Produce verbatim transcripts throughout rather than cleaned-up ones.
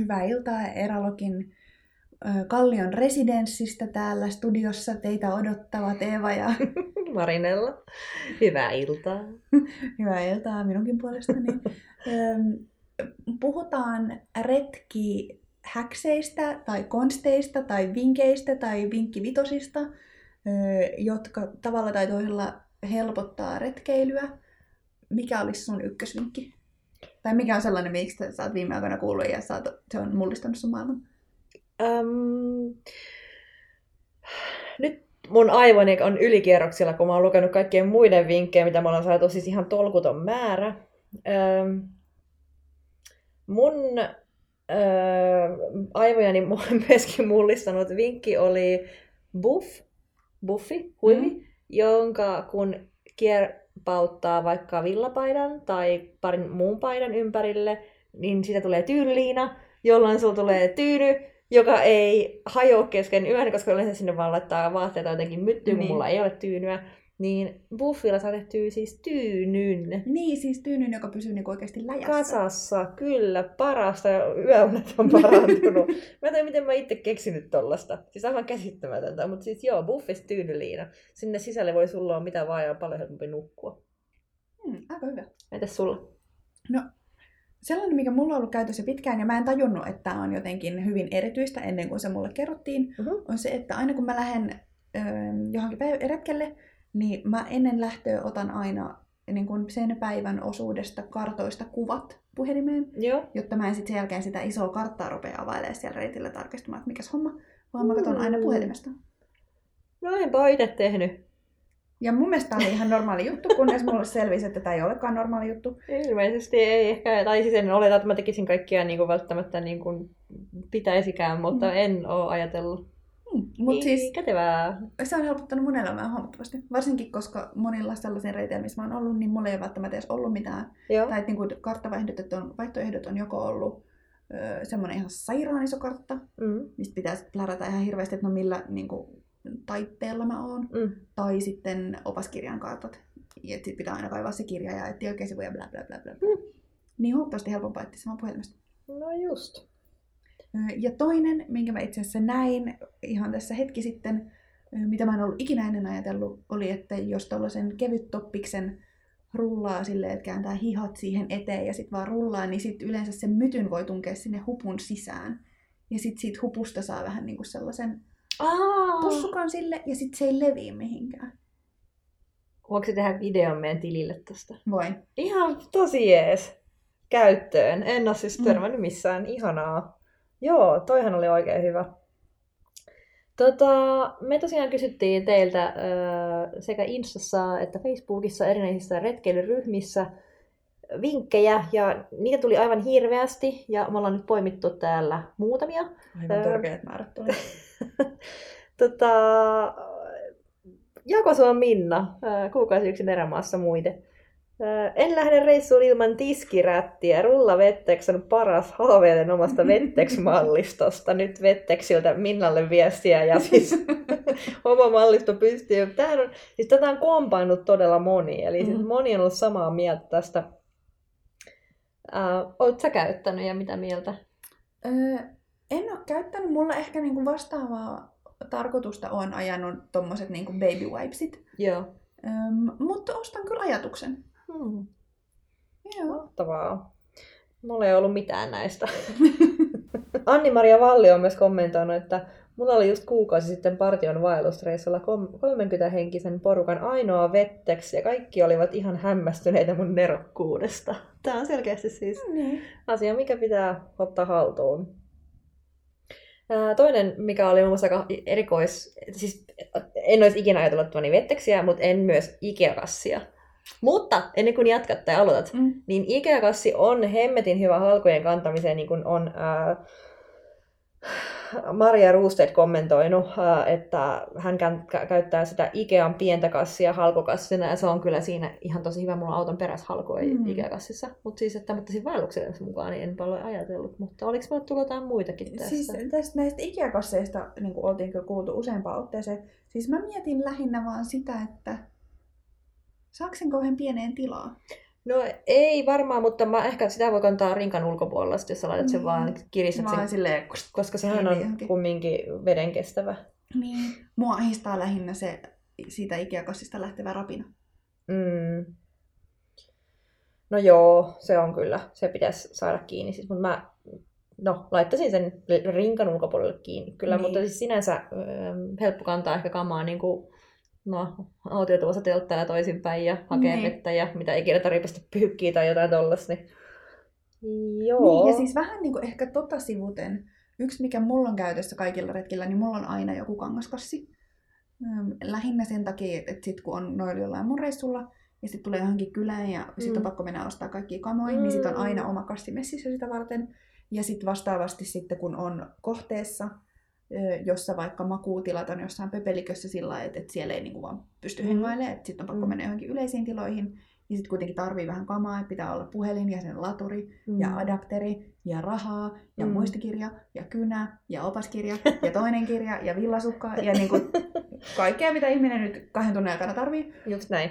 hyvää iltaa Eralogin Kallion residenssistä täällä studiossa. Teitä odottavat Eeva ja Marinella. Hyvää iltaa. Hyvää iltaa minunkin puolestani. Puhutaan retkihäkseistä tai konsteista tai vinkkeistä tai vinkkivitosista, jotka tavalla tai toisella helpottaa retkeilyä. Mikä olisi sun ykkösvinkki? Tai mikä on sellainen, miksi sä oot viime aikoina kuullut ja sä oot, se on mullistanut sun maailman? Um, nyt mun aivoni on ylikierroksilla, kun mä oon lukenut kaikkien muiden vinkkejä, mitä me ollaan saatu, siis ihan tolkuton määrä. Um, mun uh, aivojani myöskin mullistanut vinkki oli buff, buffi, huivi, mm. jonka kun kierpauttaa vaikka villapaidan tai parin muun paidan ympärille, niin siitä tulee tyynyliina, jolloin sulla tulee tyyny, joka ei hajoa kesken yön, koska yleensä sinne vaan laittaa vaatteita jotenkin myttyyn, niin. Kun mulla ei ole tyynyä. Niin buffilla saa tehtyä siis tyynyn. Niin, siis tyynyn, joka pysyy niinku oikeasti läjässä. Kasassa, kyllä. Parasta. Yöunet on parantunut. Mä en tiedä, miten mä itse keksinyt tollasta. Siis aivan käsittämätöntä. Mutta siis joo, buffista tyynyliina. Sinne sisälle voi sulla olla mitä vaan ja paljon helpompi nukkua. Hmm, aika hyvä. Entäs sulla? No, sellainen, mikä mulla on ollut käytössä pitkään, ja mä en tajunnut, että tämä on jotenkin hyvin erityistä ennen kuin se mulle kerrottiin, uh-huh. on se, että aina kun mä lähden ö, johonkin retkelle, niin mä ennen lähtöä otan aina niin kun sen päivän osuudesta kartoista kuvat puhelimeen, Joo. jotta mä en sitten sen jälkeen sitä isoa karttaa rupea availemaan siellä reitillä tarkistamaan, että mikäs homma, vaan mä katson aina puhelimesta. No enpä ole itse tehnyt. Ja mun mielestä tämä oli ihan normaali juttu, kunnes mulle selvisi, että tämä ei olekaan normaali juttu. Ilmeisesti ei ehkä, tai siis en oleta, että mä tekisin kaikkia niin kuin välttämättä niin kuin pitäisikään, mutta mm. en ole ajatellut. Mm, mut niin, siis, kätevää. Se on helpottanut mun elämää huomattavasti. Varsinkin, koska monilla sellaisen reiteillä, missä mä oon ollut, niin mulla ei ole välttämättä edes ollut mitään. Joo. Tai niin kuin karttavaihtoehdot on, vaihtoehdot on joko ollut ö, semmoinen ihan sairaan iso kartta, mm. mistä pitäisi plärätä ihan hirveästi, että no millä niin kuin, taitteella mä oon. Mm. Tai sitten opaskirjan kartat. Ja sit pitää aina kaivaa se kirja ja etsiä oikein sivuja bla bla bla bla. Mm. Niin huomattavasti helpompaa etsiä saman puhelimesta. No just. Ja toinen, minkä mä itse asiassa näin ihan tässä hetki sitten, mitä mä en ollut ikinä ennen ajatellut, oli, että jos tollasen kevyt toppiksen rullaa silleen, että kääntää hihat siihen eteen ja sit vaan rullaa, niin sit yleensä sen mytyn voi tunkea sinne hupun sisään. Ja sit siitä hupusta saa vähän niinku sellaisen Aa. pussukan sille, ja sit se ei leviä mihinkään. Voiko se tehdä videon meidän tilille tosta? Voin. Ihan tosi jees käyttöön. En oo siis törmännyt missään. Ihanaa. Joo, toihan oli oikein hyvä. Tota, me tosiaan kysyttiin teiltä äh, sekä Instassa että Facebookissa erinäisissä retkeilyryhmissä vinkkejä, ja niitä tuli aivan hirveästi, ja me ollaan nyt poimittu täällä muutamia. Aivan törkeät määrät tuli. tota, Jakosuon Minna, äh, kuukausi yksin erämaassa muiden. En lähde reissuun ilman tiskirättiä. Rulla Vettex on paras. Haaveilen omasta Vettex-mallistosta. Nyt Vettexiltä Minnalle viestiä. Ja siis oma mallisto pystyy. Tämähän on, siis tätä on kompainut todella moni. Eli mm-hmm. siis moni on ollut samaa mieltä tästä. Uh, Oletko sä käyttänyt ja mitä mieltä? Öö, en ole käyttänyt. Mulla ehkä niinku vastaavaa tarkoitusta on ajanut tommoset niinku baby wipesit. Joo. Öm, mutta ostan kyllä ajatuksen. Hmm. Joo. Mahtavaa. Mulla ei ollut mitään näistä. Anni-Maria Valli on myös kommentoinut, että mulla oli just kuukausi sitten partion vaellusreissulla kolmekymmentä-henkisen porukan ainoa Vettex ja kaikki olivat ihan hämmästyneitä mun nerokkuudesta. Tää on selkeästi siis mm. asia, mikä pitää ottaa haltuun. Toinen, mikä oli muun muassa aika erikois, siis en olisi ikinä ajatellut tuoni Vettexiä, mutta en myös Ikea-kassia. Mutta ennen kuin jatkat tai aloitat, mm. niin Ikea-kassi on hemmetin hyvä halkojen kantamiseen, niin kuin on ää, Maria Roosted kommentoinut, ää, että hän kä- käyttää sitä Ikean pientä kassia halkokassina, ja se on kyllä siinä ihan tosi hyvä. Mulla on auton peräshalkoja mm. Ikea-kassissa, mutta siis, että mä ottaisin vaellukselle mukaan, niin enpä ole ajatellut. Mutta oliko meillä tullut jotain muitakin tästä? Siis tästä näistä Ikea-kasseista niin kuin oltiin kyllä kuultu useampaan otteeseen. Siis mä mietin lähinnä vaan sitä, että saako sen kauhean pieneen tilaa? No ei varmaan, mutta mä ehkä sitä voi kantaa rinkan ulkopuolella, sit jos sä laitat sen Niin. vaan kiristät Vaan sen, silleen, koska sehän kiinni on johonkin. kumminkin veden kestävä. Niin. Mua ahistaa lähinnä se siitä Ikea-kassista lähtevä rapina. Mm. No joo, se on kyllä. Se pitäisi saada kiinni. Siis, mutta mä no, laittaisin sen rinkan ulkopuolelle kiinni kyllä, Niin. mutta siis sinänsä äh, helppo kantaa ehkä kamaa niin kuin no, autiotuossa telttaa ja toisinpäin ja hakea Niin. vettä ja mitä ikinä tarvitse pyykkiä tai jotain tollasta. Niin... Joo. Niin, ja siis vähän niin kuin ehkä tota sivuten, yksi mikä mulla on käytössä kaikilla retkillä, niin mulla on aina joku kangaskassi. Lähinnä sen takia, että sit kun on noilla jollain mun reissulla, ja sitten tulee johonkin kylään ja mm. sitten on pakko mennä ostaa kaikkia kamoja, mm. niin sitten on aina oma kassi messissä sitä varten. Ja sitten vastaavasti sitten kun on kohteessa, jossa vaikka makuutilat on jossain pöpelikössä sillä lailla, että, että siellä ei niinku vaan pysty mm. hengailemaan, että sitten on pakko mm. mennä johonkin yleisiin tiloihin. Ja sitten kuitenkin tarvii vähän kamaa, että pitää olla puhelin ja sen laturi mm. ja adapteri ja rahaa ja mm. muistikirja ja kynä ja opaskirja ja toinen kirja ja villasukka ja niinku kaikkea, mitä ihminen nyt kahden tunnin aikana tarvii. Just näin.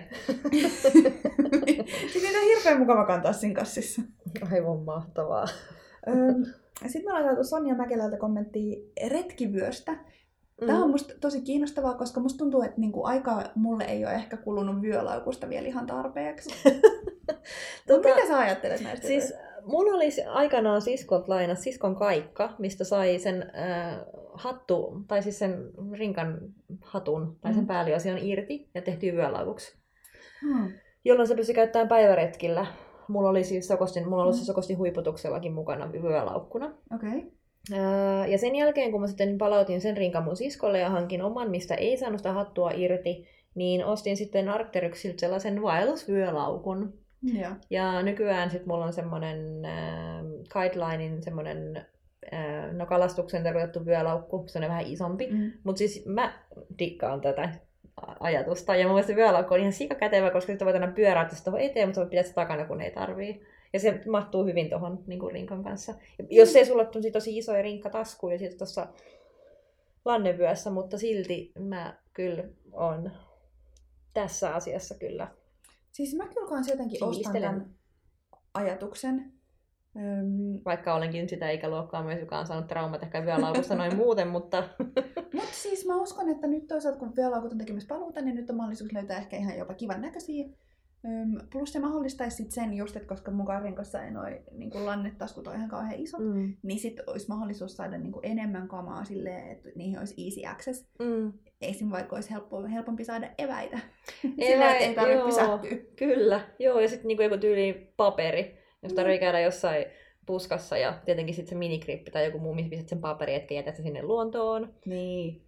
Sitten niitä on hirveän mukava kantaa siinä kassissa. Aivan mahtavaa. Sitten me ollaan saatu Sonja Mäkelältä kommenttia retkivyöstä. Tämä on musta tosi kiinnostavaa, koska musta tuntuu, että niinku aikaa mulle ei ole ehkä kulunut vyölaukusta vielä ihan tarpeeksi. tota, mitä sä ajattelet näistä? Siis mulla oli aikanaan siskot lainat siskon kaikka, mistä sai sen äh, hattu, tai siis sen rinkan hatun, tai sen mm. pääliosion irti ja tehtiin vyölaukuksi. Hmm. Jolloin se pystyi käyttämään päiväretkillä. Mulla oli siis Sokostin, mulla oli mm. se Sokostin huiputuksellakin mukana vyölaukkuna. Okei. Okay. Ja sen jälkeen, kun mä sitten palautin sen rinkan mun siskolle ja hankin oman, mistä ei saanut sitä hattua irti, niin ostin sitten Arc'teryxiltä sellaisen vaellusvyölaukun. Ja, ja nykyään sitten mulla on semmonen äh, Guidelinein semmonen äh, no kalastuksen tarkoitettu vyölaukku, se on vähän isompi. Mm. Mutta siis mä dikkaan tätä ajatusta. Ja mun mielestä vyölaukku on ihan sikakätevä, koska sitten voit aina pyöräyttää sitä tuohon eteen, mutta voit pitää sitä takana, kun ei tarvii. Ja se mahtuu hyvin tuohon niin kuin rinkan kanssa. Ja jos ei sulla ole tosi isoja rinkkataskuja sitten tuossa lannevyössä, mutta silti mä kyllä on tässä asiassa kyllä. Siis mä kyllä kans jotenkin ostan tämän ajatuksen. Öm... Vaikka olenkin sitä ikäluokkaa myös, joka on saanut traumat ehkä vyölaukusta noin muuten, mutta... Mutta siis mä uskon, että nyt toisaalta kun vyölaukut on tekemässä paluuta, niin nyt on mahdollisuus löytää ehkä ihan jopa kivan näköisiä. Öm, plus se mahdollistaisi sit sen just, että koska mun rinkossa ei noi niin lannetaskut ole ihan kauhean isot, mm. niin sit olisi mahdollisuus saada niin enemmän kamaa silleen, että niihin olisi easy access. Mm. Esim. Vaikka olisi helppo, helpompi saada eväitä. Sillä ei tarvitse pysähtyä. Kyllä, joo, ja sitten niin joku tyyli paperi, jos tarvii käydä jossain puskassa ja tietenkin sitten se minikrippi tai joku muu, missä pistät sen paperi, etkä jätä se sinne luontoon. Niin.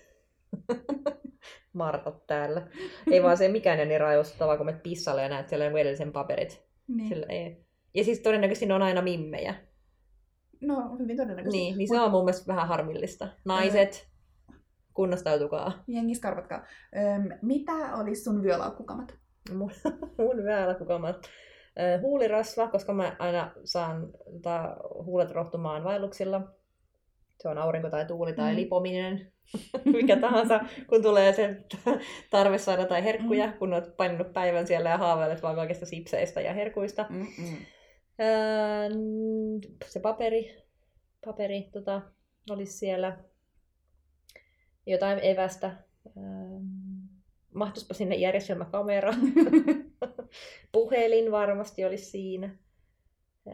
Martat täällä. Ei vaan se mikään on niin raivostuttavaa, kun menet pissalle ja näet siellä edellisen paperit. Niin. Sillä ei. Ja siis todennäköisesti ne on aina mimmejä. No, hyvin todennäköisesti. Niin, niin se on mun mielestä vähän harmillista. Naiset, kunnostautukaa. Jengi skarvatkaa. Öm, mitä olisi sun vyölaukkukamat? Mun, mun vyölaukkukamat. Äh, huulirasva, koska mä aina saan tota, huulet rohtumaan vaelluksilla. Se on aurinko tai tuuli tai mm. lipominen, mikä tahansa, kun tulee se tarve saada tai herkkuja, mm. kun olet painanut päivän siellä ja haaveilet vaan kaikista sipseistä ja herkuista. Mm-mm. Öö, se paperi, paperi tota, olisi siellä, jotain evästä. Öö, mahtuispa sinne järjestelmäkamera. Puhelin varmasti olisi siinä. Öö,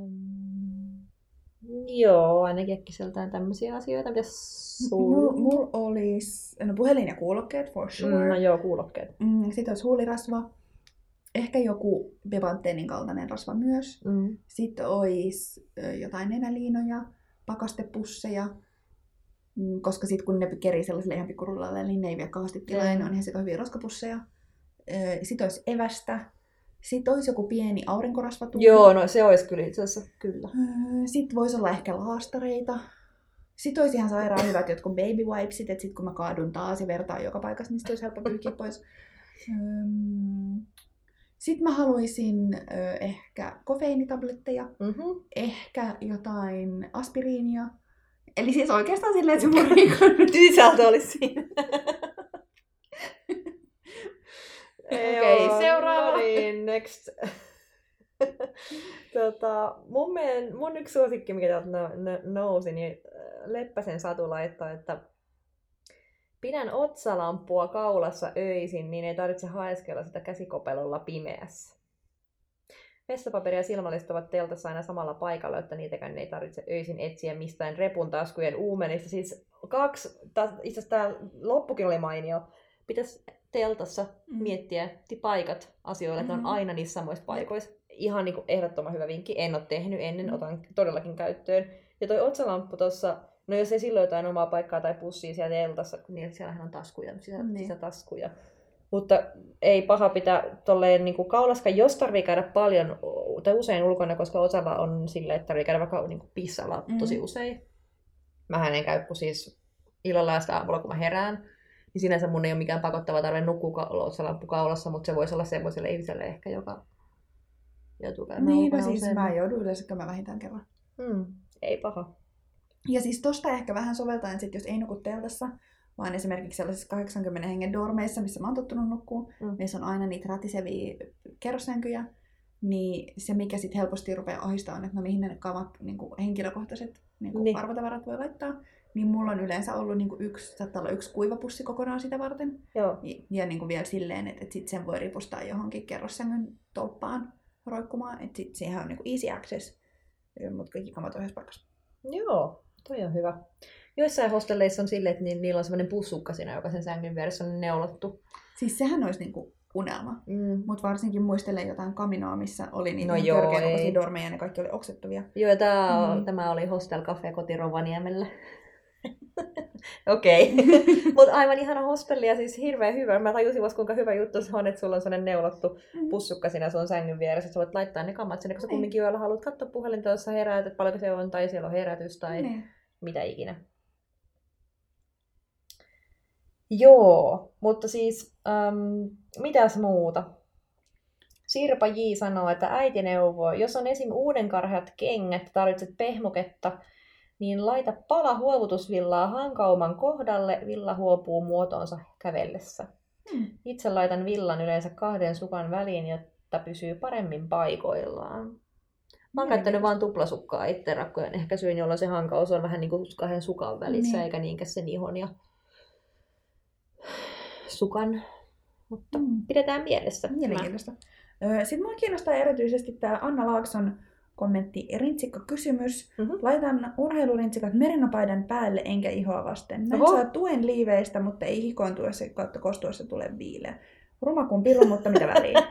Joo, ainakin äkkiseltään tämmöisiä asioita. Mitäs sulla? Mulla mul olisi no, puhelin ja kuulokkeet, for sure. Mm, no joo, kuulokkeet. Mm, sitten olisi huulirasva. Ehkä joku Bepanteenin kaltainen rasva myös. Mm. Sitten olisi jotain nenäliinoja, pakastepusseja. Mm, koska sitten kun ne kerii sellaiselle ihan pikkurullalle, niin ne ei vie kauheasti tilaa, mm. ne on ihan sika hyviä roskapusseja. Sitten olisi evästä. Sitten olisi joku pieni aurinkorasvatuuli. Joo, no se olisi kyllä itse asiassa, kyllä. Sitten voisi olla ehkä laastareita. Sitten olisi ihan sairaan hyvät jotkut baby wipesit, että sitten kun mä kaadun taas ja vertaan joka paikassa, niin sitten olisi helppo pyyhkiä pois. Sitten mä haluaisin ehkä kofeiinitabletteja, mm-hmm. ehkä jotain aspiriinia. Eli siis oikeastaan silleen, että se mun riikon sisältö olisi siinä. Okei, okay, seuraava. No niin, next. tota, mun, mielen, mun yksi suosikki, mikä täältä no, no, nousi, niin Leppäsen Satu laittoi, että pidän otsalamppua kaulassa öisin, niin ei tarvitse haeskella sitä käsikopelolla pimeässä. Vessapaperi ja silmälasit ovat teltassa aina samalla paikalla, että niitäkään ei tarvitse öisin etsiä mistään repun taskujen uumenista. Siis kaksi, itse asiassa tämä loppukin oli mainio. Pitäisi teltassa mm. miettiä paikat asioille, että mm. on aina niissä samoissa paikoissa. Ihan niin kuin ehdottoman hyvä vinkki. En ole tehnyt ennen, mm. otan todellakin käyttöön. Ja toi otsalamppu tuossa, no jos ei silloin jotain omaa paikkaa tai pussia siellä teltassa, niin siellähän on taskuja, sisä, mm. sisätaskuja. Mutta ei paha pitää tolleen niin kuin kaulaskaan, jos tarvii käydä paljon tai usein ulkona, koska osalla on silleen, että tarvii käydä vaikka niin kuin pissalla tosi usein. Mähän en käy, kun siis illalla ja sitä aamulla, kun mä herään, niin sinänsä mun ei ole mikään pakottava tarve nukkua otsalamppu kaulassa, mutta se voisi olla semmoiselle ihmiselle ehkä, joka joutuu käymään niin, ulkona no siis usein. mä joudun yleensä käymään vähintään kerran. Hmm, ei paha. Ja siis tosta ehkä vähän soveltaen sit, jos ei nuku teltassa, vaan esimerkiksi sellaisissa kahdeksankymmenen hengen dormeissa, missä mä oon tottunut nukkuu, mm. missä on aina niitä ratisevia kerrossänkyjä, niin se mikä sitten helposti rupeaa ahistamaan, että no mihin ne kamat, niin kuin henkilökohtaiset niin kuin niin. arvotavarat voi laittaa, niin mulla on yleensä ollut niin kuin yksi, saattaa olla yksi kuivapussi kokonaan sitä varten. Joo. Ja, ja niin kuin vielä silleen, että, että sit sen voi ripustaa johonkin kerrossängyn tolppaan roikkumaan, että sit siihen on niin kuin easy access, mutta kaikki kamat on yhdessä paikassa. Joo, toi on hyvä. Joissain hostelleissa on silleen, että niillä on semmoinen pussukka siinä, joka sen sängyn vieressä on neulottu. Siis sehän olisi niinku unelma. Mm. Mutta varsinkin muistelen jotain kaminoa, missä oli niitä no törkeän kokoisia dormeja ja ne kaikki oli oksettavia. Joo, tää, mm. tämä oli Hostel Cafe koti Rovaniemellä. Okei. Mutta aivan ihana hostelli ja siis hirveän hyvä. Mä tajusin vasta, kuinka hyvä juttu se on, että sulla on sellainen neulottu mm. pussukka siinä sun sängyn vieressä. Sä voit laittaa ne kamat sinne, kun sä kumminkin yöllä haluat katsoa puhelinta, jos sä heräät, että paljonko se on, tai siellä on herätys tai mm. mitä ikinä. Joo, mutta siis ähm, mitäs muuta? Sirpa J sanoo, että äiti neuvoo, jos on esim. Uudenkarheat kengät ja tarvitset pehmoketta, niin laita pala huovutusvillaa hankauman kohdalle, villa huopuu muotoonsa kävellessä. Hmm. Itse laitan villan yleensä kahden sukan väliin, jotta pysyy paremmin paikoillaan. Mä oon käyttänyt vaan tuplasukkaa itse rakkojen ehkäisyyn, jolloin se hankaus on vähän niin kuin kahden sukan välissä, niin. Eikä niinkään sen ihon ja sukan, mutta mm. pidetään mielessä. Mielenkiintoista. Sitten mua kiinnostaa erityisesti tämä Anna Laakson kommentti, rintsikka-kysymys. Mm-hmm. Laitan urheilurintsikat merinopaidan päälle enkä ihoa vasten. Näin saa tuen liiveistä, mutta ei hikoontuessa kautta kostuessa tule viileä. Ruma kuin piru, mutta mitä väliä?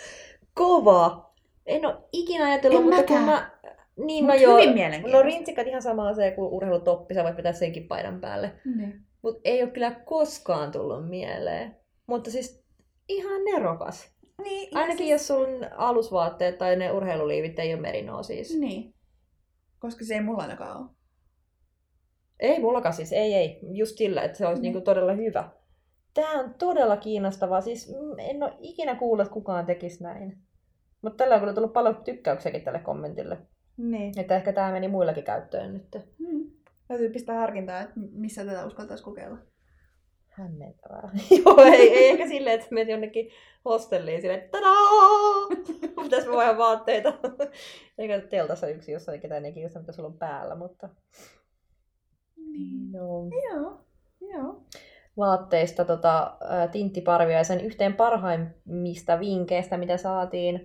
Kova! En ole ikinä ajatellut, en mutta mäkään. kun mä... Niin, Mut no joo, no rintsikat ihan sama asia kuin urheilutoppi, sä voit pitää senkin paidan päälle. Mm. Mutta ei ole kyllä koskaan tullut mieleen. Mutta siis ihan nerokas. Niin, ainakin siis... jos sulla on alusvaatteet tai ne urheiluliivit ei ole merinoa siis. Niin. Koska se ei mulla ainakaan ole. Ei mullakaan siis, ei ei. Just sillä, että se olisi niin. Niinku todella hyvä. Tää on todella kiinnostavaa. Siis en ole ikinä kuullut, että kukaan tekisi näin. Mutta tällä on kyllä tullut paljon tykkäyksiäkin tälle kommentille. Niin. Että ehkä tää meni muillakin käyttöön nyt. Hmm. Täytyy pistää harkintaa, että missä tätä uskaltaisi kokeilla. Hämmentävää. Joo, ei, ei ehkä silleen, että menet jonnekin hostelliin silleen, että tadaa! Pitäisi vaihtaa vaatteita. Eikä teltassa yksi, jossa ei ketään kiinnostaa, mitä sulla on päällä, mutta... Niin. Joo. Joo. Joo. Vaatteista tota, Tintti Parviaisen yhteen parhaimmista vinkkeistä, mitä saatiin.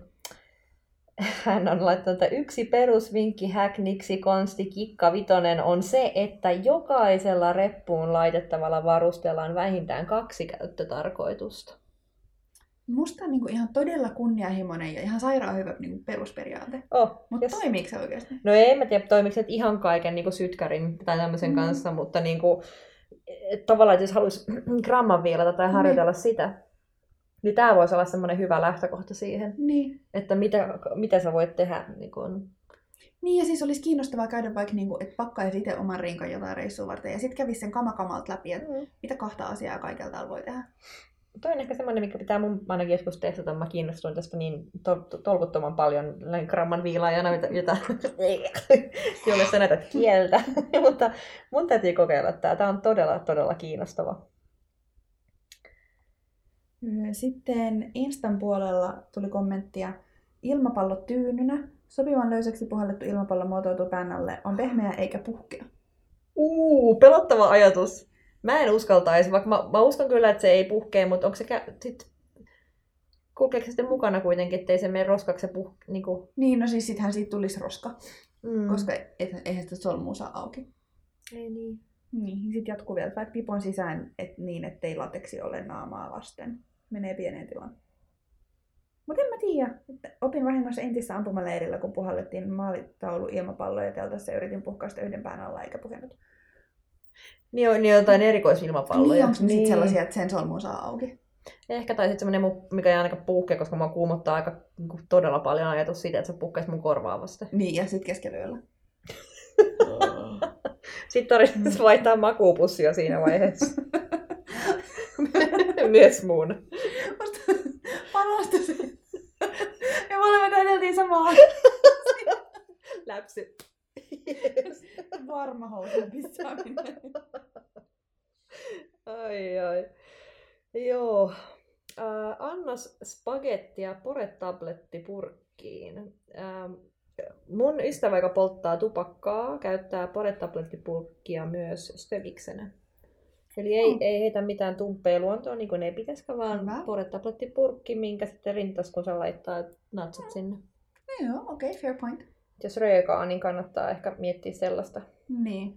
Hän on laittanut, että yksi perusvinkki häkniksi konsti kikka vitonen on se, että jokaisella reppuun laitettavalla varusteella on vähintään kaksi käyttötarkoitusta. Musta on niinku ihan todella kunnianhimoinen ja ihan sairaan hyvä niinku perusperiaate. Oh, mutta toimiiko se oikeasti? No en mä tiedä, toimiiko se ihan kaiken niinku sytkärin tai tämmöisen mm. kanssa, mutta niinku, tavallaan, että jos haluaisi gramman viilata tai harjoitella mm. sitä, niin tämä voisi olla semmoinen hyvä lähtökohta siihen, niin. Että mitä, mitä sä voit tehdä. Niin, kun... niin ja siis olisi kiinnostavaa käydä vaikka, niin kuin, että pakkaisi itse oman rinkan jotain reissua varten ja sitten kävisi sen kamakamalta läpi, että mm. mitä kahta asiaa kaikelta voi tehdä. Toi on ehkä semmoinen, mikä pitää mun ainakin joskus testata. Mä kiinnostuin tästä niin tol- tolkuttoman paljon gramman viilaajana, jota jolle sä näytät kieltä. Mutta mun täytyy kokeilla tää. Tää on todella, todella kiinnostava. Sitten Instan puolella tuli kommenttia. ilmapallo tyynynä. Sopivan löysäksi puhallettu ilmapallo muotoutuu pään alle. On pehmeä eikä puhkea. Uuu, pelottava ajatus. Mä en uskaltaisi, vaikka mä, mä uskon kyllä, että se ei puhkee, mutta onko se kä- sit... kulkeeko se sitten mukana kuitenkin, ettei se mene roskaksi se puh... Niinku... Niin, no siis sittenhän siitä tulisi roska, Mm. koska et, eihän sitä solmua saa auki. Ei niin. Niin, sitten jatkuu vielä, vaikka pipon sisään et niin, ettei lateksi ole naamaa vasten. Menee pieneen tilaan. Mutta en mä tiedä. Opin vahingossa entisessä ampumaleirillä, kun puhallettiin maalitaulu ilmapalloja teltassa ja yritin puhkaista yhden pään alla eikä puhennut. Niin on niin jotain erikoisilmapalloja. Niin, onko ne sit sellaisia, että sen solmun saa auki? Ehkä, tai sitten semmoinen, mikä ei ainakaan puhkea, koska mua kuumottaa aika niin todella paljon ajatus siitä, että se puhkeisi mun korvaa vasten. Niin, ja sitten keskellä yöllä. Sitten tarvitsisi vaihtaa makuupussia siinä vaiheessa. Myös mun. Parasta se. Ja molemmat ajateltiin samaa. Läpsy. Yes. Varma housun pissaaminen. Ai ai. Joo. Äh, annos spagettia poretablettipurkkiin. Ähm, mun ystävä, joka polttaa tupakkaa, käyttää poretablettipurkkia myös stökiksenä. Eli ei, Mm. ei heitä mitään tumppea luontoon, niin kuin ei pitäisikään, vaan Hyvä. poretablettipurkki, minkä sitten rintaskun laittaa natsat sinne. No joo, okei, okay, fair point. Jos röökaa, niin kannattaa ehkä miettiä sellaista. Niin.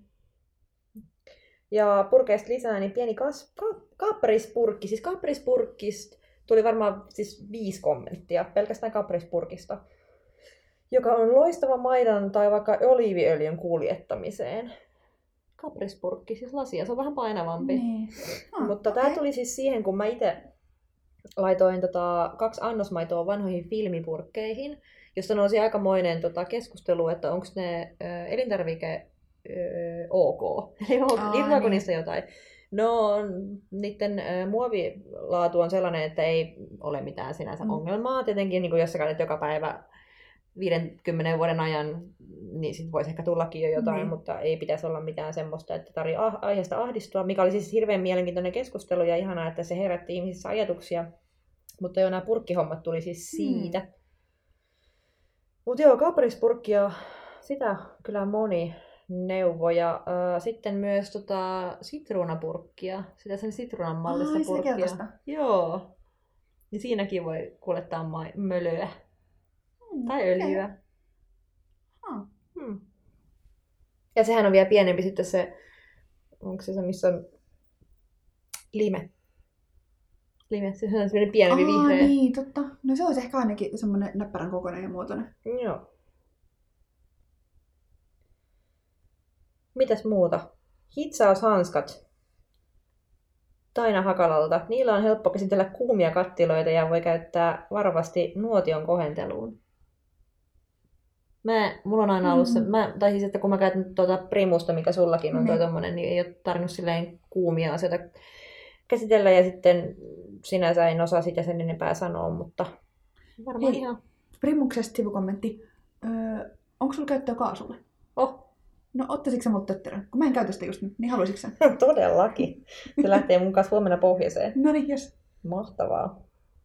Ja purkeista lisää, niin pieni kas, ka, kaprispurkki. Siis kaprispurkista tuli varmaan siis viisi kommenttia pelkästään kaprispurkista, joka on loistava maidon tai vaikka oliiviöljyn kuljettamiseen. Kaprispurkki, siis lasia, se on vähän painavampi. Niin. Ah, Mutta okei. tämä tuli siis siihen, kun mä itse laitoin tota, kaksi annosmaitoa vanhoihin filmipurkkeihin, josta nousi aikamoinen tota, keskustelu, että onko ne ö, elintarvike ö, ok. Eli Aa, irtoako niin. niistä jotain? No, niiden ö, muovilaatu on sellainen, että ei ole mitään sinänsä Mm. ongelmaa. Tietenkin, niin jos sä käytät joka päivä viidenkymmenen vuoden ajan, niin sitten voisi ehkä tullakin jo jotain, Niin. mutta ei pitäisi olla mitään semmoista, että tarvitsee ah- aiheesta ahdistua, mikä oli siis hirveän mielenkiintoinen keskustelu ja ihanaa, että se herätti ihmisissä ajatuksia. Mutta joo, nämä purkkihommat tuli siis siitä. Hmm. Mutta joo, kaprispurkkia, sitä kyllä moni neuvoi. Ja äh, sitten myös tota, sitruunapurkkia, sitä sen sitruunan mallista Ai, sitä purkkia. keltaista. Joo. Niin siinäkin voi kuljettaa ma- mölyä Hmm, tai okei. öljyä. Ah. Hmm. Ja sehän on vielä pienempi sitten se, onko se se, missä on lime. Lime, se on semmoinen pienempi Aa, vihreä. niin, totta. No se olisi ehkä ainakin semmoinen näppärän kokoinen ja muotoinen. Joo. Mitäs muuta? Hitsaushanskat. Taina Hakalalta. Niillä on helppo käsitellä kuumia kattiloita ja voi käyttää varovasti nuotion kohenteluun. Mä, mulla on aina ollut se, Mm. mä, tai siis että kun mä käytän tuota Primusta, mikä sullakin on Niin. toi tommonen, niin ei ole tarvinnut silleen kuumia asioita käsitellä ja sitten sinänsä en osaa sitä sen enempää sanoa, mutta varmaan Hei. ihan. Primuksesta sivukommentti. Öö, onko sulla käyttöä kaasulle? Oh, No ottaisitko sä mut tötterön? Kun mä en käytä sitä just nyt, niin haluaisitko sä? todellakin. Se lähtee mun kanssa huomenna pohjoiseen. No niin, jos. Mahtavaa.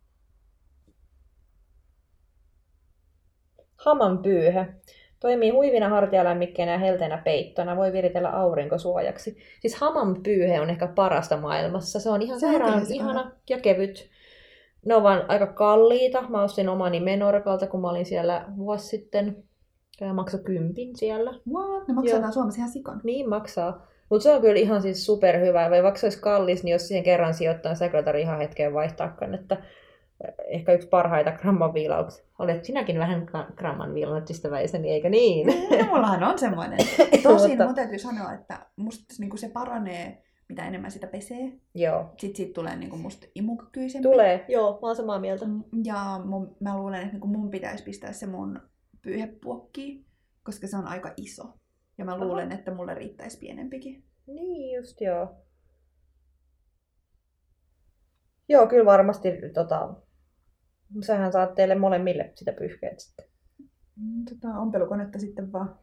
Haman pyyhe. Toimii huivina hartialämmikkeenä ja helteenä peittona. Voi viritellä aurinkosuojaksi. Siis haman pyyhe on ehkä parasta maailmassa. Se on ihan Se on sairaan kyllä se ihana ja kevyt. Ne on vaan aika kalliita. Mä ostin omani Menorkalta, kun mä olin siellä vuosi sitten. Ja maksoi kympin siellä. What? Ne maksaa Joo. täällä Suomessa ihan sikan. Niin maksaa. Mutta se on kyllä ihan siis superhyvä. Vai vaikka se olisi kallis, niin jos siihen kerran sijoittaa, niin sä kyllä tarvitse ihan hetkeen vaihtaakaan. Että ehkä yksi parhaita gramman viilauksia. Olet sinäkin vähän gramman viilannut ystäväiseni, eikö niin? No, mullahan on semmoinen. Tosin Mutta- mun täytyy sanoa, että musta niinku se paranee, mitä enemmän sitä pesee. Joo. Sitten siitä tulee niinku musta imukykyisempi. Tulee. Joo, mä oon samaa mieltä. Mm, Ja mun, mä luulen, että niinku mun pitäisi pistää se mun pyyhepuokkiin, koska se on aika iso. Ja mä luulen, Aha. että mulle riittäisi pienempikin. Niin just joo. Joo, kyllä varmasti tota, sähän saat teille molemmille sitä pyyhkeet sitten. Mm, Tota, ompelukonetta sitten vaan.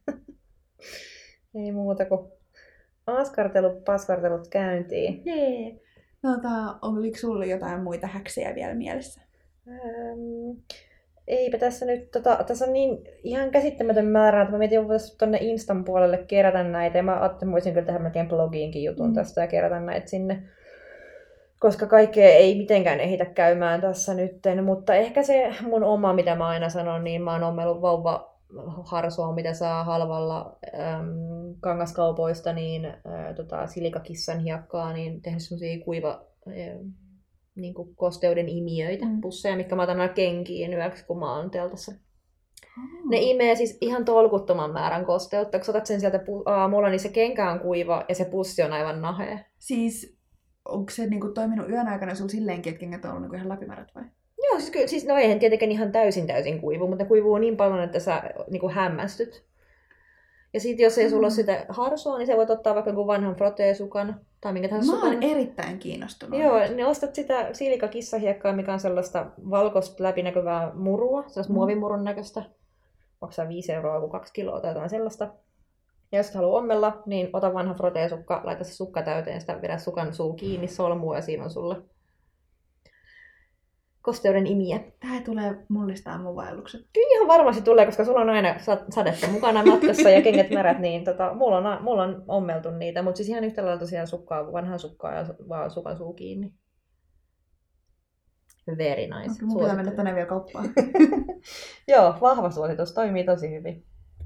Ei muuta kuin askartelut, paskartelut käyntiin. Jee. Tota, oliko sulla jotain muita häksejä vielä mielessä? Ähm, eipä tässä nyt, tota, tässä on niin ihan käsittämätön määrä, että mä mietin, että voisi tuonne Instan puolelle kerätä näitä. Ja mä ajattelin, että mä voisin kyllä tehdä melkein blogiinkin jutun mm. tästä ja kerätä näitä sinne. Koska kaikkea ei mitenkään ehitä käymään tässä nytten. Mutta ehkä se mun oma, mitä mä aina sanon, niin mä oon ommellut vauva harsoa, mitä saa halvalla äm, kangaskaupoista, niin ä, tota, silikakissan hiekkaa, niin tehdä semmosia kuiva... Ä, niin kuin kosteuden imiöitä, mm. pusseja, mitkä mä otan aina kenkiin yöksi, kun mä oon teltassa. Mm. Ne imee siis ihan tolkuttoman määrän kosteutta. Kun sä otat sen sieltä aamulla, niin se kenkä on kuiva ja se pussi on aivan nahea. Siis onko se niinku toiminut yön aikana sulla silleenkin, että kengät on ollut niinku ihan läpimärät vai? Joo, siis, kyllä, siis no eihän tietenkään ihan täysin täysin kuivu, mutta ne kuivuu niin paljon, että sä niinku hämmästyt. Ja sitten jos ei sulla ole sitä harsoa, niin sä voit ottaa vaikka jonkun vanhan froteesukan tai minkä tahansa Mä oon sukan. erittäin kiinnostunut. Joo, ne ostat sitä silikakissahiekkaa, mikä on sellaista valkoista läpinäkyvää murua, sellaista mm. muovimurun näköistä. Maksaa viisi euroa kuin kaksi kiloa tai jotain sellaista. Ja jos haluaa ommella, niin ota vanha froteesukka, laita se sukka täyteen, sitä vedä sukan suu kiinni solmua ja siinä on sulle kosteuden imiä. Tää tulee mullistaa mun vaellukset. Kyllä ihan varmasti tulee, koska sulla on aina sadetta mukana matkassa ja kengät märät, niin tota, mulla, on, mulla on ommeltu niitä. Mutta siis ihan yhtä lailla tosiaan sukkaa, vanhaa sukkaa ja vaan sukan suu kiinni. Very nice. Okay, mun pitää mennä tänne vielä kauppaan. Joo, vahva suositus. Toimii tosi hyvin.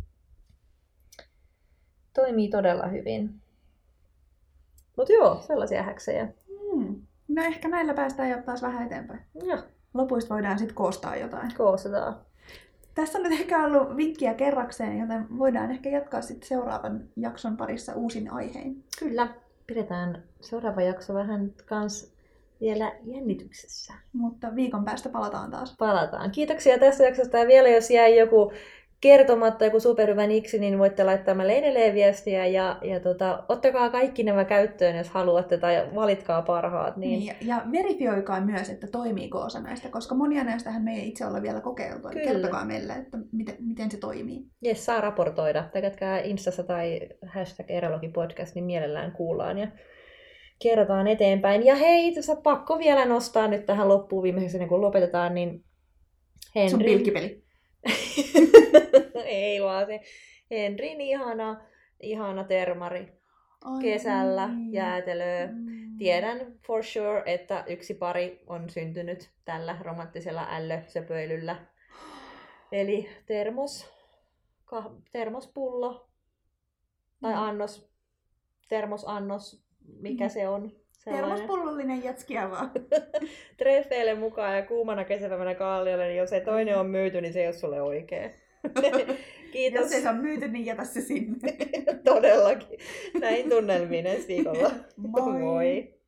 Toimii todella hyvin. Mutta joo, sellaisia häksejä. Hmm. No ehkä näillä päästään jo taas vähän eteenpäin. Joo. Lopuista voidaan sitten koostaa jotain. Koostetaan. Tässä on nyt ehkä ollut vinkkiä kerrakseen, joten voidaan ehkä jatkaa sitten seuraavan jakson parissa uusin aihein. Kyllä. Pidetään seuraava jakso vähän kans vielä jännityksessä. Mutta viikon päästä palataan taas. Palataan. Kiitoksia tästä jaksosta. Ja vielä jos jäi joku kertomatta, joku superhyvä niksi, niin voitte laittaa meille edelleen viestiä. Ja, ja tota, ottakaa kaikki nämä käyttöön, jos haluatte, tai valitkaa parhaat. Niin... Niin, ja, ja verifioikaa myös, että toimiiko osa näistä, koska monia näistähän me ei itse olla vielä kokeiltu. Eli kertokaa meille, että miten, miten se toimii. Jes, saa raportoida. Tekätkää Instassa tai hashtag erologipodcast, niin mielellään kuullaan. Ja kerrotaan eteenpäin. Ja hei, tässä pakko vielä nostaa nyt tähän loppuun viimeiseksi, ennen kuin lopetetaan, niin Henri... Sun pilkkipeli. Ei vaan se Henrin ihana, ihana termari. Ai kesällä niin. Jäätelöä. Mm. Tiedän for sure, että yksi pari on syntynyt tällä romanttisella ällösöpöilyllä. Eli termos, kah- termospullo tai mm. annos, termosannos. Mikä se on? Termospullollinen jätskiä vaan. Treffeille mukaan ja kuumana kesäpäivänä Kalliolle, niin jos se toinen on myyty, niin se ei ole sulle oikein. Kiitos. Jos ei se on myyty, niin jätä se sinne. Todellakin. Näin tunnelmiin ensi viikolla. Moi. Moi.